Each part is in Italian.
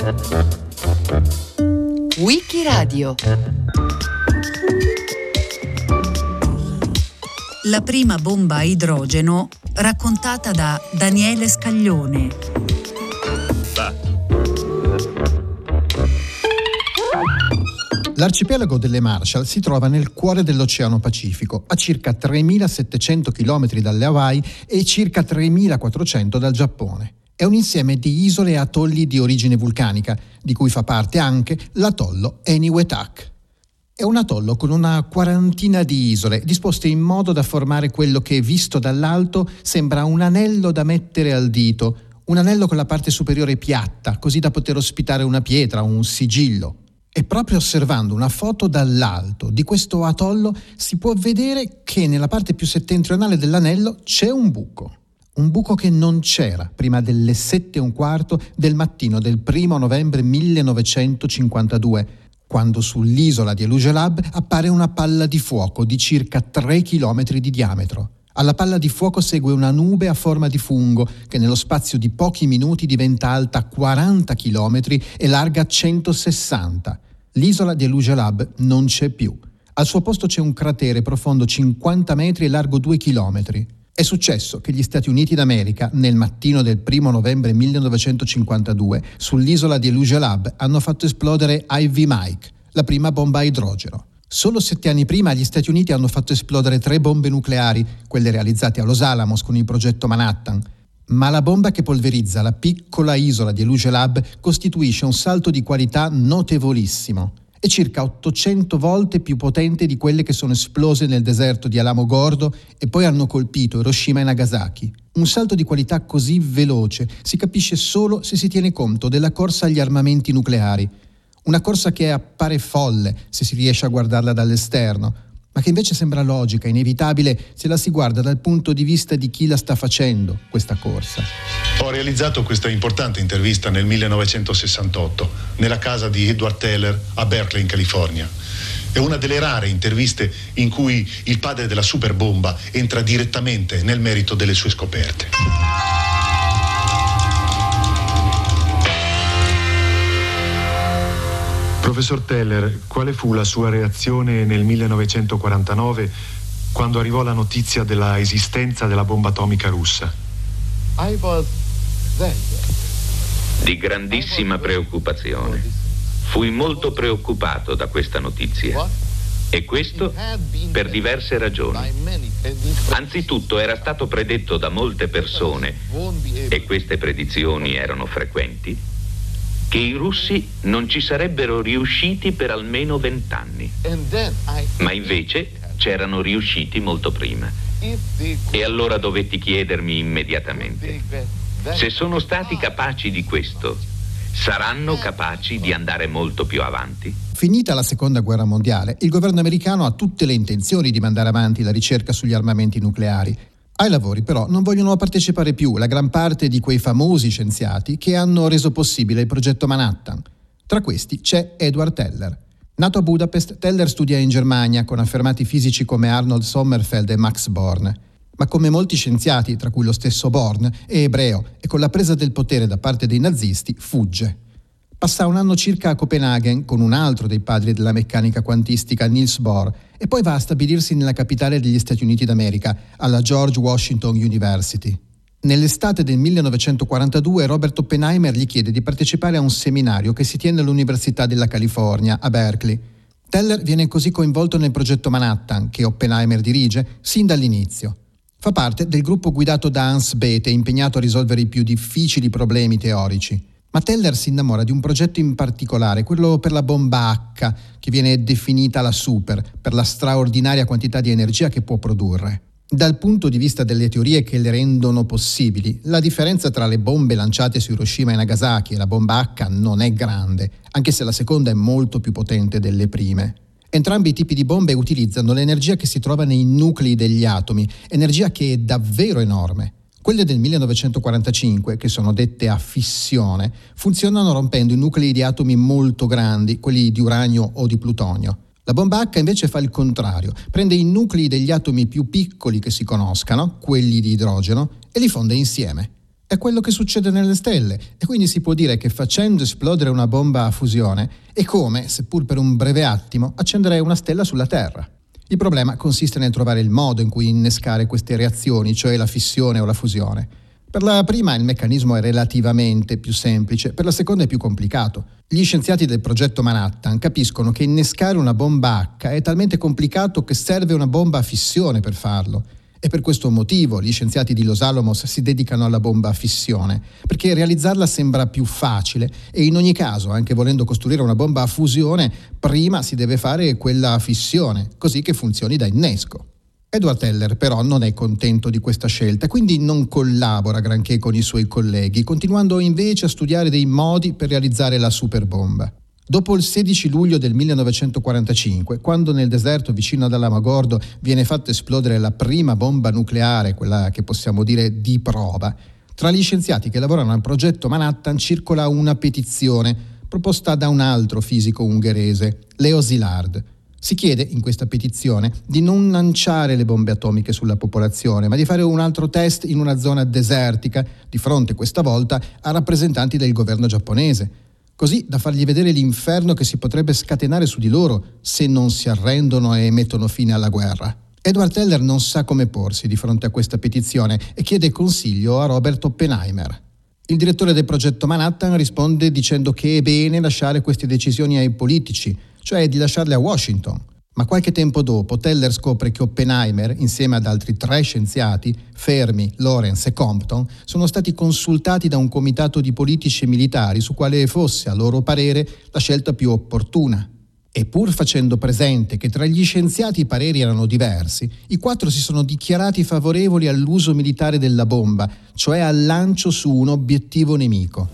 Wikiradio. La prima bomba a idrogeno raccontata da Daniele Scaglione. L'arcipelago delle Marshall si trova nel cuore dell'Oceano Pacifico, a circa 3.700 km dalle Hawaii e circa 3.400 dal Giappone. È un insieme di isole e atolli di origine vulcanica, di cui fa parte anche l'atollo Eniwetak. È un atollo con una quarantina di isole, disposte in modo da formare quello che, visto dall'alto, sembra un anello da mettere al dito, un anello con la parte superiore piatta, così da poter ospitare una pietra o un sigillo. E proprio osservando una foto dall'alto di questo atollo si può vedere che nella parte più settentrionale dell'anello c'è un buco. Un buco che non c'era prima delle 7:15 del mattino del 1 novembre 1952, quando sull'isola di Elugelab appare una palla di fuoco di circa 3 chilometri di diametro. Alla palla di fuoco segue una nube a forma di fungo che nello spazio di pochi minuti diventa alta 40 chilometri e larga 160. L'isola di Elugelab non c'è più. Al suo posto c'è un cratere profondo 50 metri e largo 2 chilometri. È successo che gli Stati Uniti d'America, nel mattino del 1 novembre 1952, sull'isola di Elugelab hanno fatto esplodere Ivy Mike, la prima bomba a idrogeno. Solo 7 anni prima gli Stati Uniti hanno fatto esplodere 3 bombe nucleari, quelle realizzate a Los Alamos con il progetto Manhattan. Ma la bomba che polverizza la piccola isola di Elugelab costituisce un salto di qualità notevolissimo. È circa 800 volte più potente di quelle che sono esplose nel deserto di Alamogordo e poi hanno colpito Hiroshima e Nagasaki. Un salto di qualità così veloce si capisce solo se si tiene conto della corsa agli armamenti nucleari. Una corsa che appare folle se si riesce a guardarla dall'esterno, ma che invece sembra logica, inevitabile, se la si guarda dal punto di vista di chi la sta facendo, questa corsa. Ho realizzato questa importante intervista nel 1968, nella casa di Edward Teller a Berkeley, in California. È una delle rare interviste in cui il padre della superbomba entra direttamente nel merito delle sue scoperte. Professor Teller, quale fu la sua reazione nel 1949 quando arrivò la notizia della esistenza della bomba atomica russa? Di grandissima preoccupazione. Fui molto preoccupato da questa notizia. E questo per diverse ragioni. Anzitutto era stato predetto da molte persone, e queste predizioni erano frequenti, che i russi non ci sarebbero riusciti per almeno 20 anni. Ma invece c'erano riusciti molto prima. E allora dovetti chiedermi immediatamente: se sono stati capaci di questo, saranno capaci di andare molto più avanti? Finita la Seconda Guerra Mondiale, il governo americano ha tutte le intenzioni di mandare avanti la ricerca sugli armamenti nucleari. Ai lavori però non vogliono partecipare più la gran parte di quei famosi scienziati che hanno reso possibile il progetto Manhattan. Tra questi c'è Edward Teller. Nato a Budapest, Teller studia in Germania con affermati fisici come Arnold Sommerfeld e Max Born. Ma come molti scienziati, tra cui lo stesso Born, è ebreo e con la presa del potere da parte dei nazisti fugge. Passa un anno circa a Copenaghen con un altro dei padri della meccanica quantistica, Niels Bohr, e poi va a stabilirsi nella capitale degli Stati Uniti d'America, alla George Washington University. Nell'estate del 1942 Robert Oppenheimer gli chiede di partecipare a un seminario che si tiene all'Università della California, a Berkeley. Teller viene così coinvolto nel progetto Manhattan, che Oppenheimer dirige sin dall'inizio. Fa parte del gruppo guidato da Hans Bethe, impegnato a risolvere i più difficili problemi teorici. Ma Teller si innamora di un progetto in particolare, quello per la bomba H, che viene definita la super, per la straordinaria quantità di energia che può produrre. Dal punto di vista delle teorie che le rendono possibili, la differenza tra le bombe lanciate su Hiroshima e Nagasaki e la bomba H non è grande, anche se la seconda è molto più potente delle prime. Entrambi i tipi di bombe utilizzano l'energia che si trova nei nuclei degli atomi, energia che è davvero enorme. Quelle del 1945, che sono dette a fissione, funzionano rompendo i nuclei di atomi molto grandi, quelli di uranio o di plutonio. La bomba H invece fa il contrario, prende i nuclei degli atomi più piccoli che si conoscano, quelli di idrogeno, e li fonde insieme. È quello che succede nelle stelle, e quindi si può dire che facendo esplodere una bomba a fusione è come, seppur per un breve attimo, accendere una stella sulla Terra. Il problema consiste nel trovare il modo in cui innescare queste reazioni, cioè la fissione o la fusione. Per la prima il meccanismo è relativamente più semplice, per la seconda è più complicato. Gli scienziati del progetto Manhattan capiscono che innescare una bomba H è talmente complicato che serve una bomba a fissione per farlo. E per questo motivo gli scienziati di Los Alamos si dedicano alla bomba a fissione, perché realizzarla sembra più facile e in ogni caso, anche volendo costruire una bomba a fusione, prima si deve fare quella a fissione, così che funzioni da innesco. Edward Teller però non è contento di questa scelta, quindi non collabora granché con i suoi colleghi, continuando invece a studiare dei modi per realizzare la superbomba. Dopo il 16 luglio del 1945, quando nel deserto vicino ad Alamogordo viene fatta esplodere la prima bomba nucleare, quella che possiamo dire di prova, tra gli scienziati che lavorano al progetto Manhattan circola una petizione proposta da un altro fisico ungherese, Leo Szilard. Si chiede in questa petizione di non lanciare le bombe atomiche sulla popolazione, ma di fare un altro test in una zona desertica, di fronte questa volta a rappresentanti del governo giapponese, così da fargli vedere l'inferno che si potrebbe scatenare su di loro se non si arrendono e mettono fine alla guerra. Edward Teller non sa come porsi di fronte a questa petizione e chiede consiglio a Robert Oppenheimer. Il direttore del progetto Manhattan risponde dicendo che è bene lasciare queste decisioni ai politici, cioè di lasciarle a Washington. Ma qualche tempo dopo Teller scopre che Oppenheimer, insieme ad altri 3 scienziati, Fermi, Lorentz e Compton, sono stati consultati da un comitato di politici e militari su quale fosse, a loro parere, la scelta più opportuna. E pur facendo presente che tra gli scienziati i pareri erano diversi, i 4 si sono dichiarati favorevoli all'uso militare della bomba, cioè al lancio su un obiettivo nemico.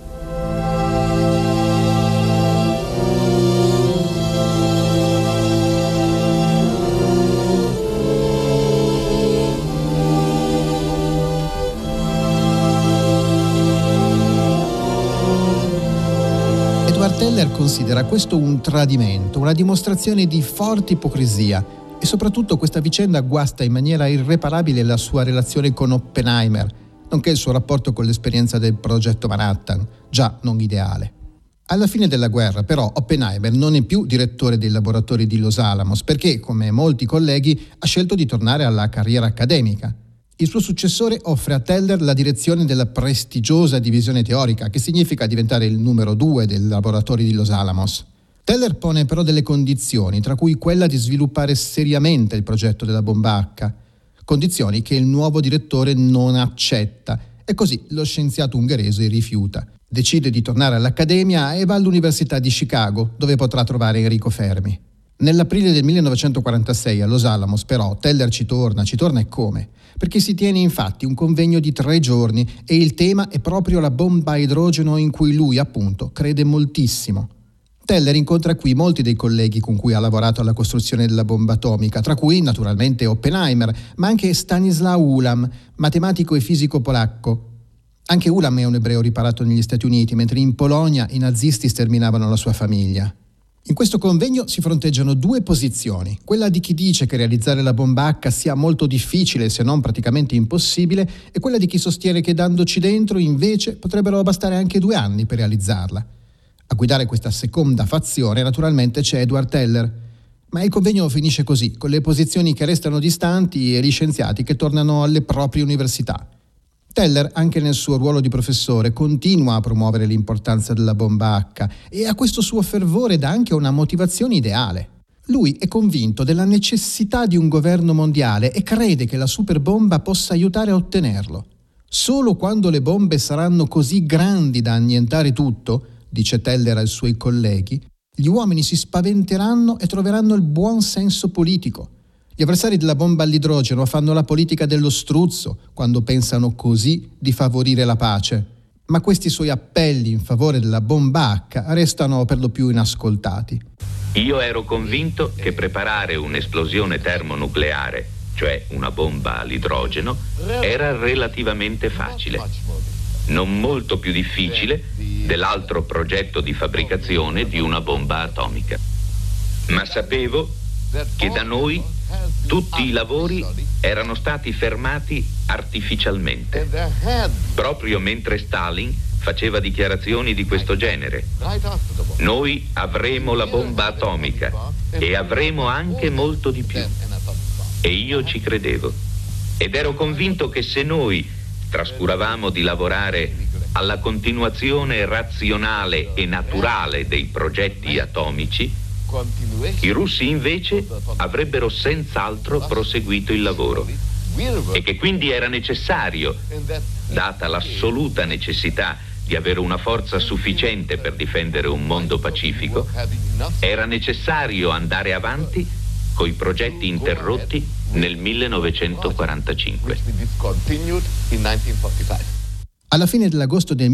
Teller considera questo un tradimento, una dimostrazione di forte ipocrisia e soprattutto questa vicenda guasta in maniera irreparabile la sua relazione con Oppenheimer, nonché il suo rapporto con l'esperienza del progetto Manhattan, già non ideale. Alla fine della guerra, però, Oppenheimer non è più direttore dei laboratori di Los Alamos perché, come molti colleghi, ha scelto di tornare alla carriera accademica. Il suo successore offre a Teller la direzione della prestigiosa divisione teorica, che significa diventare il numero 2 dei laboratori di Los Alamos. Teller pone però delle condizioni, tra cui quella di sviluppare seriamente il progetto della bomba H, condizioni che il nuovo direttore non accetta, e così lo scienziato ungherese rifiuta. Decide di tornare all'accademia e va all'Università di Chicago, dove potrà trovare Enrico Fermi. Nell'aprile del 1946 a Los Alamos però Teller ci torna e come? Perché si tiene infatti un convegno di 3 giorni e il tema è proprio la bomba a idrogeno in cui lui appunto crede moltissimo. Teller incontra qui molti dei colleghi con cui ha lavorato alla costruzione della bomba atomica, tra cui naturalmente Oppenheimer, ma anche Stanislaw Ulam, matematico e fisico polacco. Anche Ulam è un ebreo riparato negli Stati Uniti, mentre in Polonia i nazisti sterminavano la sua famiglia. In questo convegno si fronteggiano 2 posizioni, quella di chi dice che realizzare la bomba H sia molto difficile se non praticamente impossibile e quella di chi sostiene che dandoci dentro invece potrebbero bastare anche 2 anni per realizzarla. A guidare questa seconda fazione naturalmente c'è Edward Teller, ma il convegno finisce così, con le posizioni che restano distanti e gli scienziati che tornano alle proprie università. Teller, anche nel suo ruolo di professore, continua a promuovere l'importanza della bomba H e a questo suo fervore dà anche una motivazione ideale. Lui è convinto della necessità di un governo mondiale e crede che la superbomba possa aiutare a ottenerlo. Solo quando le bombe saranno così grandi da annientare tutto, dice Teller ai suoi colleghi, gli uomini si spaventeranno e troveranno il buon senso politico. Gli avversari della bomba all'idrogeno fanno la politica dello struzzo quando pensano così di favorire la pace. Ma questi suoi appelli in favore della bomba H restano per lo più inascoltati. Io ero convinto che preparare un'esplosione termonucleare, cioè una bomba all'idrogeno, era relativamente facile. Non molto più difficile dell'altro progetto di fabbricazione di una bomba atomica. Ma sapevo che da noi Tutti i lavori erano stati fermati artificialmente, proprio mentre Stalin faceva dichiarazioni di questo genere. Noi avremo la bomba atomica e avremo anche molto di più. E io ci credevo. Ed ero convinto che se noi trascuravamo di lavorare alla continuazione razionale e naturale dei progetti atomici, i russi invece avrebbero senz'altro proseguito il lavoro e che quindi era necessario, data l'assoluta necessità di avere una forza sufficiente per difendere un mondo pacifico, era necessario andare avanti coi progetti interrotti nel 1945. Alla fine dell'agosto del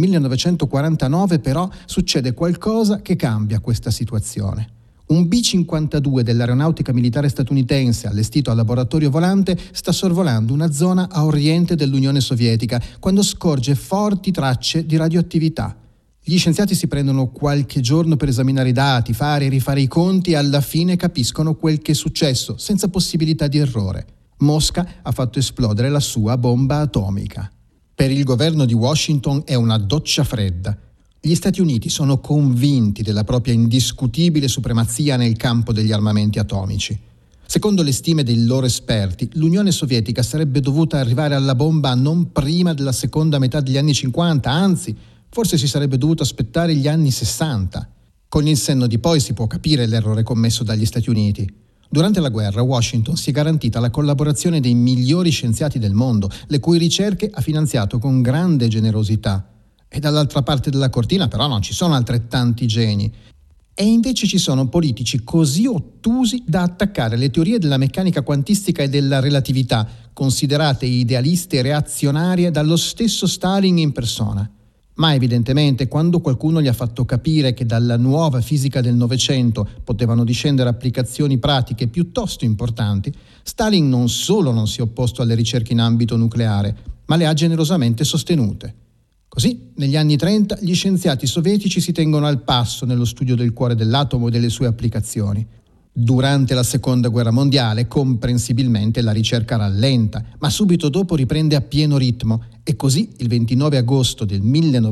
1949 però succede qualcosa che cambia questa situazione. Un B-52 dell'aeronautica militare statunitense allestito al laboratorio volante sta sorvolando una zona a oriente dell'Unione Sovietica quando scorge forti tracce di radioattività. Gli scienziati si prendono qualche giorno per esaminare i dati, fare e rifare i conti e alla fine capiscono quel che è successo, senza possibilità di errore. Mosca ha fatto esplodere la sua bomba atomica. Per il governo di Washington è una doccia fredda. Gli Stati Uniti sono convinti della propria indiscutibile supremazia nel campo degli armamenti atomici. Secondo le stime dei loro esperti, l'Unione Sovietica sarebbe dovuta arrivare alla bomba non prima della seconda metà degli anni 50, anzi, forse si sarebbe dovuto aspettare gli anni 60. Con il senno di poi si può capire l'errore commesso dagli Stati Uniti. Durante la guerra, Washington si è garantita la collaborazione dei migliori scienziati del mondo, le cui ricerche ha finanziato con grande generosità. E dall'altra parte della cortina però non ci sono altrettanti geni. E invece ci sono politici così ottusi da attaccare le teorie della meccanica quantistica e della relatività, considerate idealiste e reazionarie dallo stesso Stalin in persona. Ma evidentemente quando qualcuno gli ha fatto capire che dalla nuova fisica del Novecento potevano discendere applicazioni pratiche piuttosto importanti, Stalin non solo non si è opposto alle ricerche in ambito nucleare, ma le ha generosamente sostenute. Così, negli anni 30, gli scienziati sovietici si tengono al passo nello studio del cuore dell'atomo e delle sue applicazioni. Durante la Seconda Guerra Mondiale, comprensibilmente, la ricerca rallenta, ma subito dopo riprende a pieno ritmo e così, il 29 agosto del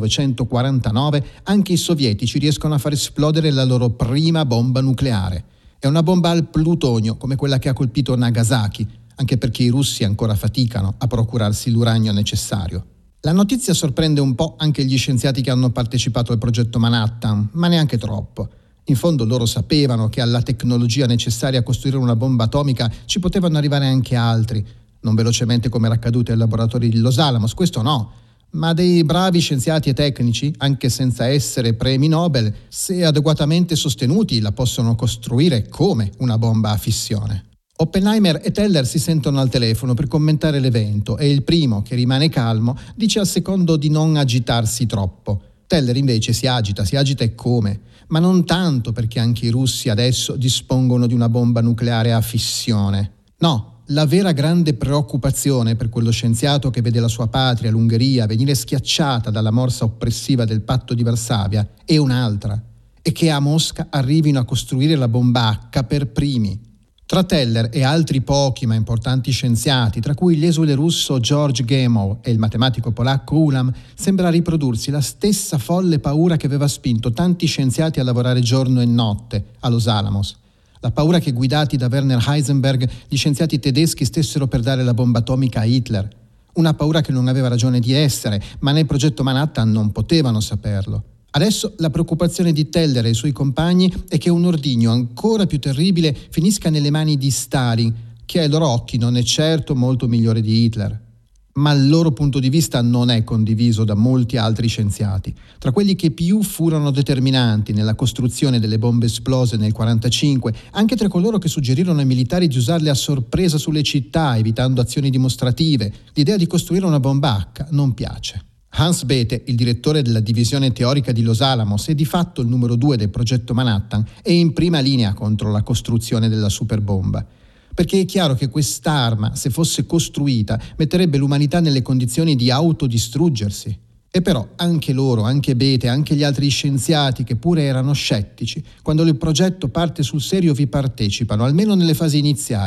1949, anche i sovietici riescono a far esplodere la loro prima bomba nucleare. È una bomba al plutonio, come quella che ha colpito Nagasaki, anche perché i russi ancora faticano a procurarsi l'uranio necessario. La notizia sorprende un po' anche gli scienziati che hanno partecipato al progetto Manhattan, ma neanche troppo. In fondo loro sapevano che alla tecnologia necessaria a costruire una bomba atomica ci potevano arrivare anche altri, non velocemente come era accaduto ai laboratori di Los Alamos, questo no, ma dei bravi scienziati e tecnici, anche senza essere premi Nobel, se adeguatamente sostenuti la possono costruire come una bomba a fissione. Oppenheimer e Teller si sentono al telefono per commentare l'evento e il primo, che rimane calmo, dice al secondo di non agitarsi troppo. Teller invece si agita e come, ma non tanto perché anche i russi adesso dispongono di una bomba nucleare a fissione. No, la vera grande preoccupazione per quello scienziato che vede la sua patria, l'Ungheria, venire schiacciata dalla morsa oppressiva del patto di Varsavia è un'altra, e che a Mosca arrivino a costruire la bomba H per primi. Tra Teller e altri pochi ma importanti scienziati, tra cui l'esule russo George Gamow e il matematico polacco Ulam, sembra riprodursi la stessa folle paura che aveva spinto tanti scienziati a lavorare giorno e notte a Los Alamos. La paura che, guidati da Werner Heisenberg, gli scienziati tedeschi stessero per dare la bomba atomica a Hitler. Una paura che non aveva ragione di essere, ma nel progetto Manhattan non potevano saperlo. Adesso la preoccupazione di Teller e i suoi compagni è che un ordigno ancora più terribile finisca nelle mani di Stalin, che ai loro occhi non è certo molto migliore di Hitler. Ma il loro punto di vista non è condiviso da molti altri scienziati. Tra quelli che più furono determinanti nella costruzione delle bombe esplose nel 1945, anche tra coloro che suggerirono ai militari di usarle a sorpresa sulle città, evitando azioni dimostrative, l'idea di costruire una bomba H non piace. Hans Bethe, il direttore della divisione teorica di Los Alamos e di fatto il numero 2 del progetto Manhattan, è in prima linea contro la costruzione della superbomba. Perché è chiaro che quest'arma, se fosse costruita, metterebbe l'umanità nelle condizioni di autodistruggersi. E però anche loro, anche Bethe, anche gli altri scienziati che pure erano scettici, quando il progetto parte sul serio vi partecipano, almeno nelle fasi iniziali,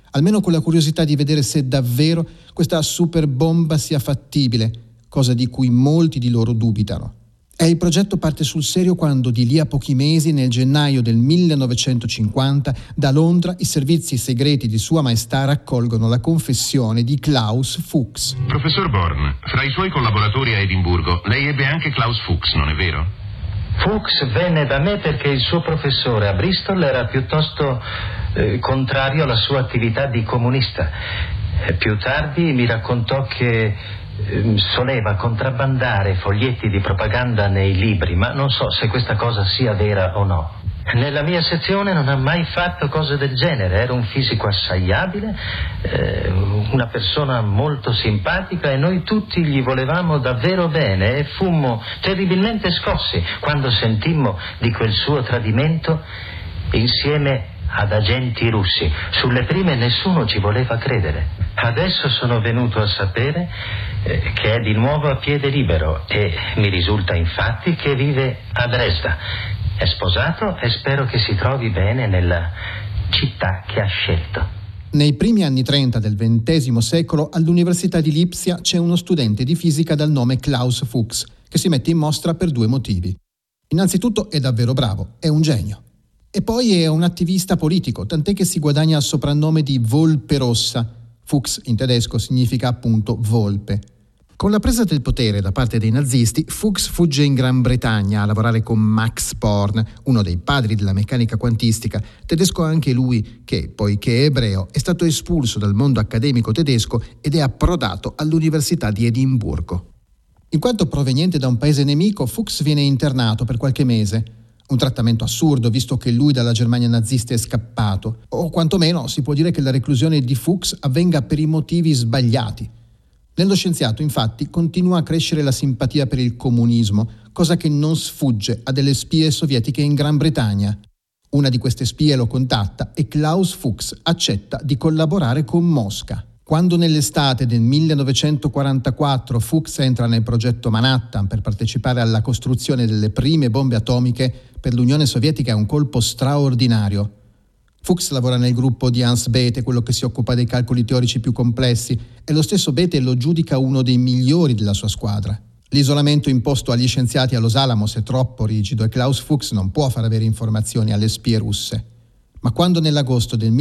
almeno con la curiosità di vedere se davvero questa superbomba sia fattibile, cosa di cui molti di loro dubitano. E il progetto parte sul serio quando, di lì a pochi mesi, nel gennaio del 1950, da Londra i servizi segreti di Sua Maestà raccolgono la confessione di Klaus Fuchs. Professor Born, fra i suoi collaboratori a Edimburgo, lei ebbe anche Klaus Fuchs, non è vero? Fuchs venne da me perché il suo professore a Bristol era piuttosto contrario alla sua attività di comunista. Più tardi mi raccontò che soleva contrabbandare foglietti di propaganda nei libri, ma non so se questa cosa sia vera o no. Nella mia sezione non ha mai fatto cose del genere, era un fisico assaiabile, una persona molto simpatica e noi tutti gli volevamo davvero bene e fummo terribilmente scossi quando sentimmo di quel suo tradimento insieme ad agenti russi. Sulle prime nessuno ci voleva credere. Adesso sono venuto a sapere che è di nuovo a piede libero e mi risulta infatti che vive a Dresda. È sposato e spero che si trovi bene nella città che ha scelto. Nei primi anni 30 del XX secolo all'Università di Lipsia c'è uno studente di fisica dal nome Klaus Fuchs che si mette in mostra per due motivi. Innanzitutto è davvero bravo, è un genio. E poi è un attivista politico, tant'è che si guadagna il soprannome di Volpe Rossa. Fuchs in tedesco significa appunto volpe. Con la presa del potere da parte dei nazisti, Fuchs fugge in Gran Bretagna a lavorare con Max Born, uno dei padri della meccanica quantistica, tedesco anche lui che, poiché è ebreo, è stato espulso dal mondo accademico tedesco ed è approdato all'Università di Edimburgo. In quanto proveniente da un paese nemico, Fuchs viene internato per qualche mese. Un trattamento assurdo, visto che lui dalla Germania nazista è scappato, o quantomeno si può dire che la reclusione di Fuchs avvenga per i motivi sbagliati. Nello scienziato, infatti, continua a crescere la simpatia per il comunismo, cosa che non sfugge a delle spie sovietiche in Gran Bretagna. Una di queste spie lo contatta e Klaus Fuchs accetta di collaborare con Mosca. Quando nell'estate del 1944 Fuchs entra nel progetto Manhattan per partecipare alla costruzione delle prime bombe atomiche, per l'Unione Sovietica è un colpo straordinario. Fuchs lavora nel gruppo di Hans Bethe, quello che si occupa dei calcoli teorici più complessi, e lo stesso Bethe lo giudica uno dei migliori della sua squadra. L'isolamento imposto agli scienziati a Los Alamos è troppo rigido e Klaus Fuchs non può far avere informazioni alle spie russe. Ma quando nell'agosto del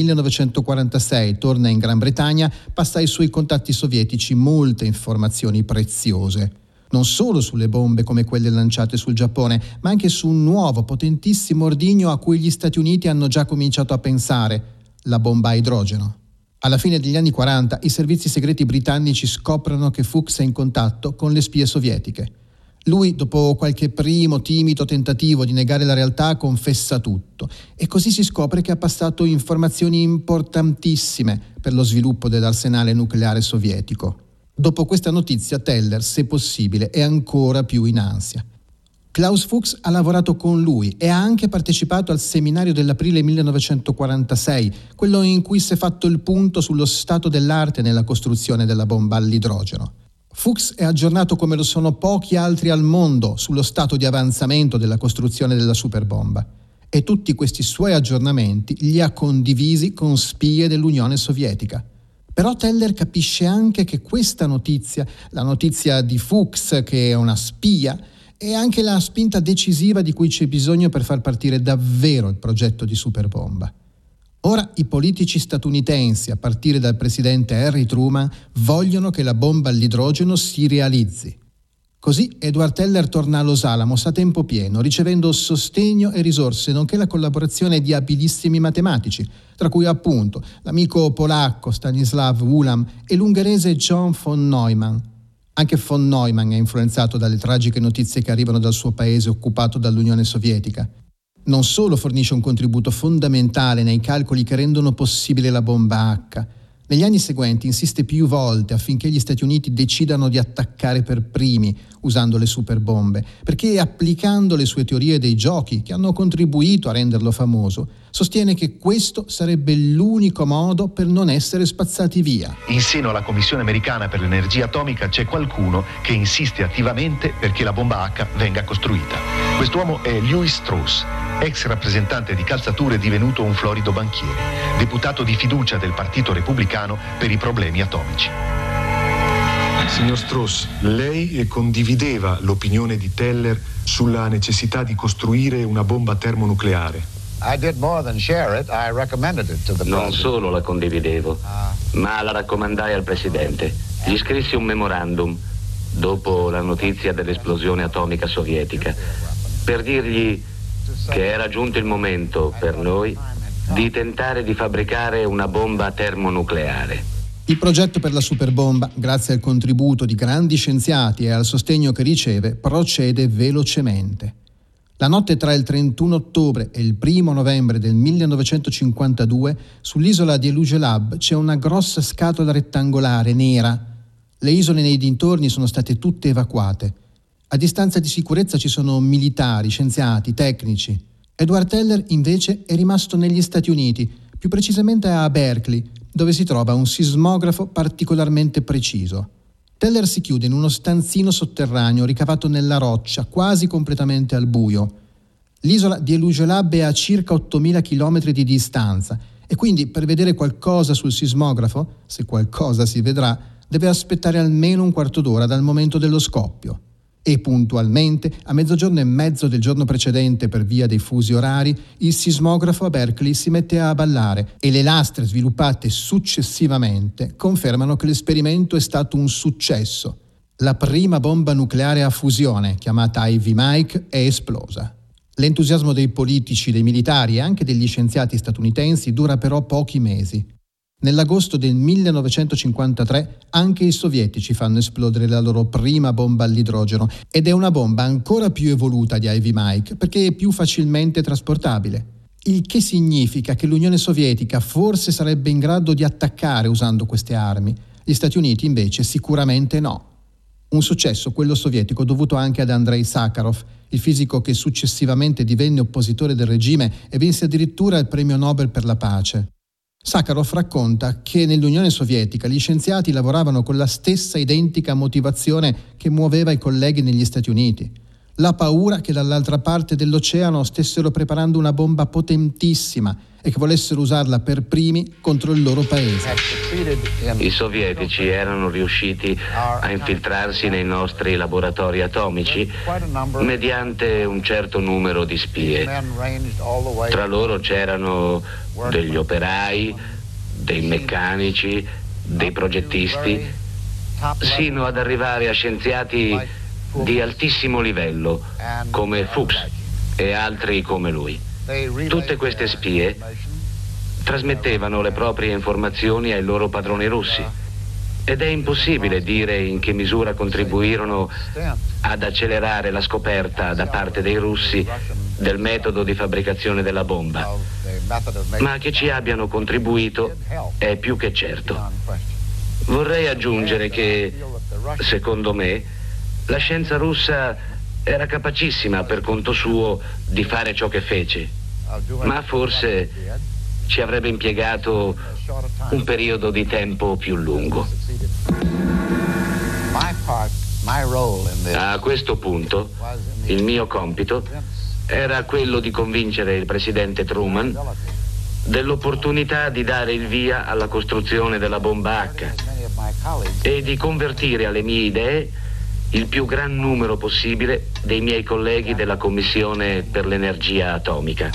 1946 torna in Gran Bretagna, passa ai suoi contatti sovietici molte informazioni preziose. Non solo sulle bombe come quelle lanciate sul Giappone, ma anche su un nuovo, potentissimo ordigno a cui gli Stati Uniti hanno già cominciato a pensare, la bomba a idrogeno. Alla fine degli anni 40 i servizi segreti britannici scoprono che Fuchs è in contatto con le spie sovietiche. Lui, dopo qualche primo timido tentativo di negare la realtà, confessa tutto e così si scopre che ha passato informazioni importantissime per lo sviluppo dell'arsenale nucleare sovietico. Dopo questa notizia Teller, se possibile, è ancora più in ansia. Klaus Fuchs ha lavorato con lui e ha anche partecipato al seminario dell'aprile 1946, quello in cui si è fatto il punto sullo stato dell'arte nella costruzione della bomba all'idrogeno. Fuchs è aggiornato come lo sono pochi altri al mondo sullo stato di avanzamento della costruzione della superbomba e tutti questi suoi aggiornamenti li ha condivisi con spie dell'Unione Sovietica. Però Teller capisce anche che questa notizia, la notizia di Fuchs che è una spia, è anche la spinta decisiva di cui c'è bisogno per far partire davvero il progetto di superbomba. Ora i politici statunitensi, a partire dal presidente Harry Truman, vogliono che la bomba all'idrogeno si realizzi. Così Edward Teller torna a Los Alamos a tempo pieno, ricevendo sostegno e risorse, nonché la collaborazione di abilissimi matematici, tra cui appunto l'amico polacco Stanislav Ulam e l'ungherese John von Neumann. Anche von Neumann è influenzato dalle tragiche notizie che arrivano dal suo paese occupato dall'Unione Sovietica. Non solo fornisce un contributo fondamentale nei calcoli che rendono possibile la bomba H, negli anni seguenti insiste più volte affinché gli Stati Uniti decidano di attaccare per primi usando le superbombe, perché applicando le sue teorie dei giochi che hanno contribuito a renderlo famoso, sostiene che questo sarebbe l'unico modo per non essere spazzati via. In seno alla Commissione americana per l'energia atomica c'è qualcuno che insiste attivamente perché la bomba H venga costruita. Quest'uomo è Lewis Strauss. ex rappresentante di calzature divenuto un florido banchiere, deputato di fiducia del Partito Repubblicano per i problemi atomici. Signor Strauss, lei condivideva l'opinione di Teller sulla necessità di costruire una bomba termonucleare? Non solo la condividevo, ma la raccomandai al Presidente. Gli scrissi un memorandum dopo la notizia dell'esplosione atomica sovietica per dirgli che era giunto il momento per noi di tentare di fabbricare una bomba termonucleare. Il progetto per la superbomba, grazie al contributo di grandi scienziati e al sostegno che riceve, procede velocemente. La notte tra il 31 ottobre e il 1 novembre del 1952 sull'isola di Elugelab c'è una grossa scatola rettangolare nera. Le isole nei dintorni sono state tutte evacuate. A distanza di sicurezza ci sono militari, scienziati, tecnici. Edward Teller invece è rimasto negli Stati Uniti, più precisamente a Berkeley, dove si trova un sismografo particolarmente preciso. Teller si chiude in uno stanzino sotterraneo ricavato nella roccia, quasi completamente al buio. L'isola di Elugelab è a circa 8.000 km di distanza e quindi per vedere qualcosa sul sismografo, se qualcosa si vedrà, deve aspettare almeno un quarto d'ora dal momento dello scoppio. E puntualmente, a 12:30 del giorno precedente per via dei fusi orari, il sismografo a Berkeley si mette a ballare e le lastre sviluppate successivamente confermano che l'esperimento è stato un successo. La prima bomba nucleare a fusione, chiamata Ivy Mike, è esplosa. L'entusiasmo dei politici, dei militari e anche degli scienziati statunitensi dura però pochi mesi. Nell'agosto del 1953 anche i sovietici fanno esplodere la loro prima bomba all'idrogeno ed è una bomba ancora più evoluta di Ivy Mike perché è più facilmente trasportabile. Il che significa che l'Unione Sovietica forse sarebbe in grado di attaccare usando queste armi. Gli Stati Uniti invece sicuramente no. Un successo, quello sovietico, dovuto anche ad Andrei Sakharov, il fisico che successivamente divenne oppositore del regime e vinse addirittura il premio Nobel per la pace. Sakharov racconta che nell'Unione Sovietica gli scienziati lavoravano con la stessa identica motivazione che muoveva i colleghi negli Stati Uniti. La paura che dall'altra parte dell'oceano stessero preparando una bomba potentissima e che volessero usarla per primi contro il loro paese. I sovietici erano riusciti a infiltrarsi nei nostri laboratori atomici mediante un certo numero di spie. Tra loro c'erano degli operai, dei meccanici, dei progettisti, sino ad arrivare a scienziati di altissimo livello, come Fuchs e altri come lui. Tutte queste spie trasmettevano le proprie informazioni ai loro padroni russi ed è impossibile dire in che misura contribuirono ad accelerare la scoperta da parte dei russi del metodo di fabbricazione della bomba, ma che ci abbiano contribuito è più che certo. Vorrei aggiungere che, secondo me, la scienza russa era capacissima per conto suo di fare ciò che fece, ma forse ci avrebbe impiegato un periodo di tempo più lungo. A questo punto, il mio compito era quello di convincere il presidente Truman dell'opportunità di dare il via alla costruzione della bomba H e di convertire alle mie idee il più gran numero possibile dei miei colleghi della Commissione per l'energia atomica.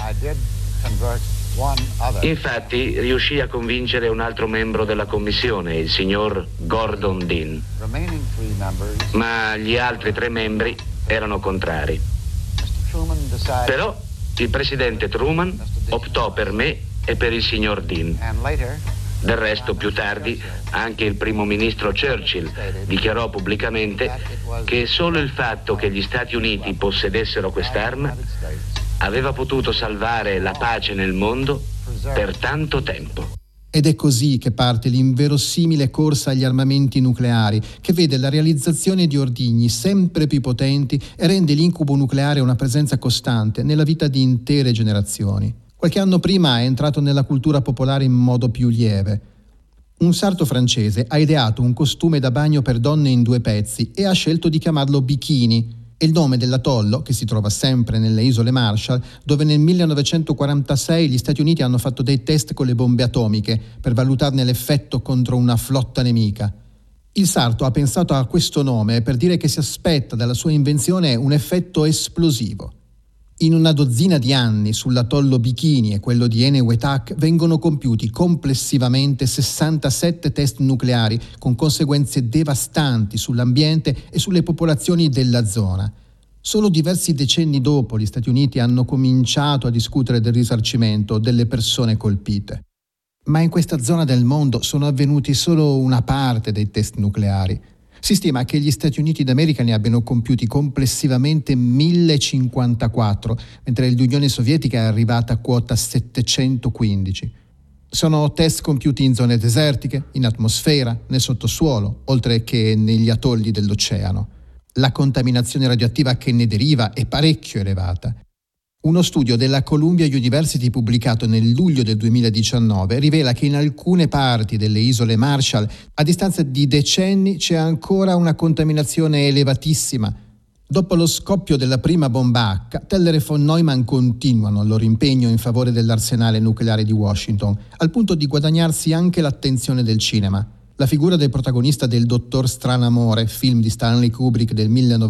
Infatti riuscì a convincere un altro membro della commissione, il signor Gordon Dean, ma gli altri 3 membri erano contrari. Però il presidente Truman optò per me e per il signor Dean. Del resto, più tardi, anche il primo ministro Churchill dichiarò pubblicamente che solo il fatto che gli Stati Uniti possedessero quest'arma aveva potuto salvare la pace nel mondo per tanto tempo. Ed è così che parte l'inverosimile corsa agli armamenti nucleari, che vede la realizzazione di ordigni sempre più potenti e rende l'incubo nucleare una presenza costante nella vita di intere generazioni. Qualche anno prima è entrato nella cultura popolare in modo più lieve. Un sarto francese ha ideato un costume da bagno per donne in 2 pezzi e ha scelto di chiamarlo bikini. È il nome dell'atollo, che si trova sempre nelle isole Marshall, dove nel 1946 gli Stati Uniti hanno fatto dei test con le bombe atomiche per valutarne l'effetto contro una flotta nemica. Il sarto ha pensato a questo nome per dire che si aspetta dalla sua invenzione un effetto esplosivo. In una dozzina di anni sull'atollo Bikini e quello di Enewetak vengono compiuti complessivamente 67 test nucleari con conseguenze devastanti sull'ambiente e sulle popolazioni della zona. Solo diversi decenni dopo gli Stati Uniti hanno cominciato a discutere del risarcimento delle persone colpite. Ma in questa zona del mondo sono avvenuti solo una parte dei test nucleari. Si stima che gli Stati Uniti d'America ne abbiano compiuti complessivamente 1054, mentre l'Unione Sovietica è arrivata a quota 715. Sono test compiuti in zone desertiche, in atmosfera, nel sottosuolo, oltre che negli atolli dell'oceano. La contaminazione radioattiva che ne deriva è parecchio elevata. Uno studio della Columbia University pubblicato nel luglio del 2019 rivela che in alcune parti delle isole Marshall, a distanza di decenni, c'è ancora una contaminazione elevatissima. Dopo lo scoppio della prima bomba H, Teller e von Neumann continuano il loro impegno in favore dell'arsenale nucleare di Washington, al punto di guadagnarsi anche l'attenzione del cinema. La figura del protagonista del Dottor Stranamore, film di Stanley Kubrick del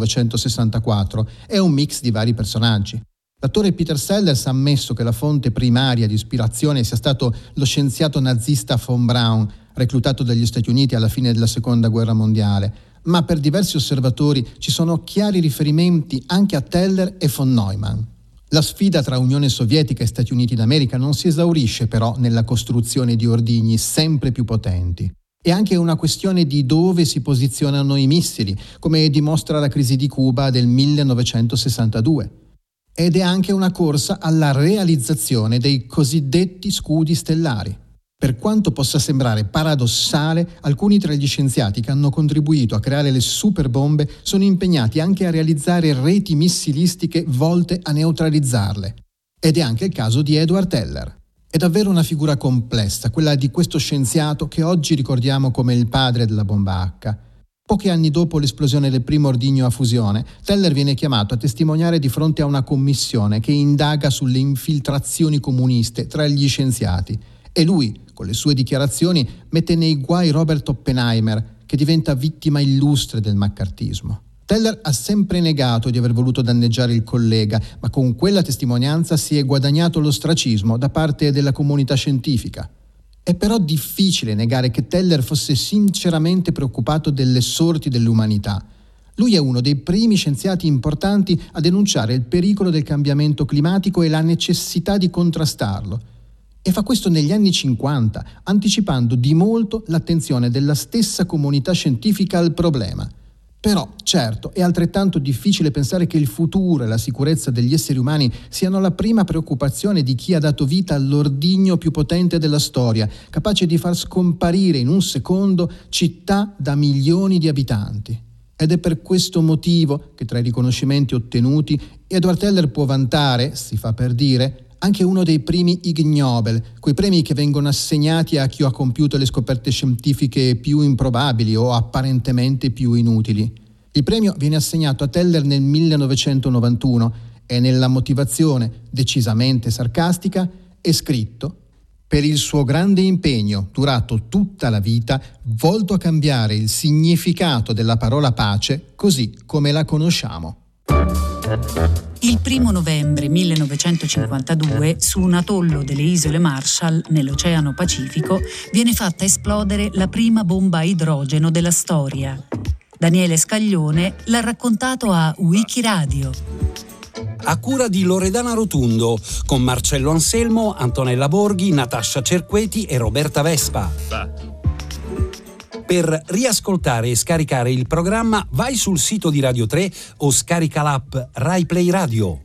1964, è un mix di vari personaggi. L'attore Peter Sellers ha ammesso che la fonte primaria di ispirazione sia stato lo scienziato nazista von Braun, reclutato dagli Stati Uniti alla fine della Seconda Guerra Mondiale, ma per diversi osservatori ci sono chiari riferimenti anche a Teller e von Neumann. La sfida tra Unione Sovietica e Stati Uniti d'America non si esaurisce però nella costruzione di ordigni sempre più potenti. È anche una questione di dove si posizionano i missili, come dimostra la crisi di Cuba del 1962. Ed è anche una corsa alla realizzazione dei cosiddetti scudi stellari. Per quanto possa sembrare paradossale, alcuni tra gli scienziati che hanno contribuito a creare le superbombe sono impegnati anche a realizzare reti missilistiche volte a neutralizzarle. Ed è anche il caso di Edward Teller. È davvero una figura complessa, quella di questo scienziato che oggi ricordiamo come il padre della bomba H. Pochi anni dopo l'esplosione del primo ordigno a fusione, Teller viene chiamato a testimoniare di fronte a una commissione che indaga sulle infiltrazioni comuniste tra gli scienziati. E lui, con le sue dichiarazioni, mette nei guai Robert Oppenheimer, che diventa vittima illustre del maccartismo. Teller ha sempre negato di aver voluto danneggiare il collega, ma con quella testimonianza si è guadagnato l'ostracismo da parte della comunità scientifica. È però difficile negare che Teller fosse sinceramente preoccupato delle sorti dell'umanità. Lui è uno dei primi scienziati importanti a denunciare il pericolo del cambiamento climatico e la necessità di contrastarlo. E fa questo negli anni 50, anticipando di molto l'attenzione della stessa comunità scientifica al problema. Però, certo, è altrettanto difficile pensare che il futuro e la sicurezza degli esseri umani siano la prima preoccupazione di chi ha dato vita all'ordigno più potente della storia, capace di far scomparire in un secondo città da milioni di abitanti. Ed è per questo motivo che tra i riconoscimenti ottenuti Edward Teller può vantare, si fa per dire, anche uno dei primi Ig Nobel, quei premi che vengono assegnati a chi ha compiuto le scoperte scientifiche più improbabili o apparentemente più inutili. Il premio viene assegnato a Teller nel 1991 e nella motivazione, decisamente sarcastica, è scritto: per il suo grande impegno, durato tutta la vita, volto a cambiare il significato della parola pace così come la conosciamo. Il 1 novembre 1952, su un atollo delle isole Marshall, nell'Oceano Pacifico, viene fatta esplodere la prima bomba a idrogeno della storia. Daniele Scaglione l'ha raccontato a Wikiradio. A cura di Loredana Rotundo, con Marcello Anselmo, Antonella Borghi, Natascia Cerqueti e Roberta Vespa. Per riascoltare e scaricare il programma vai sul sito di Radio 3 o scarica l'app Rai Play Radio.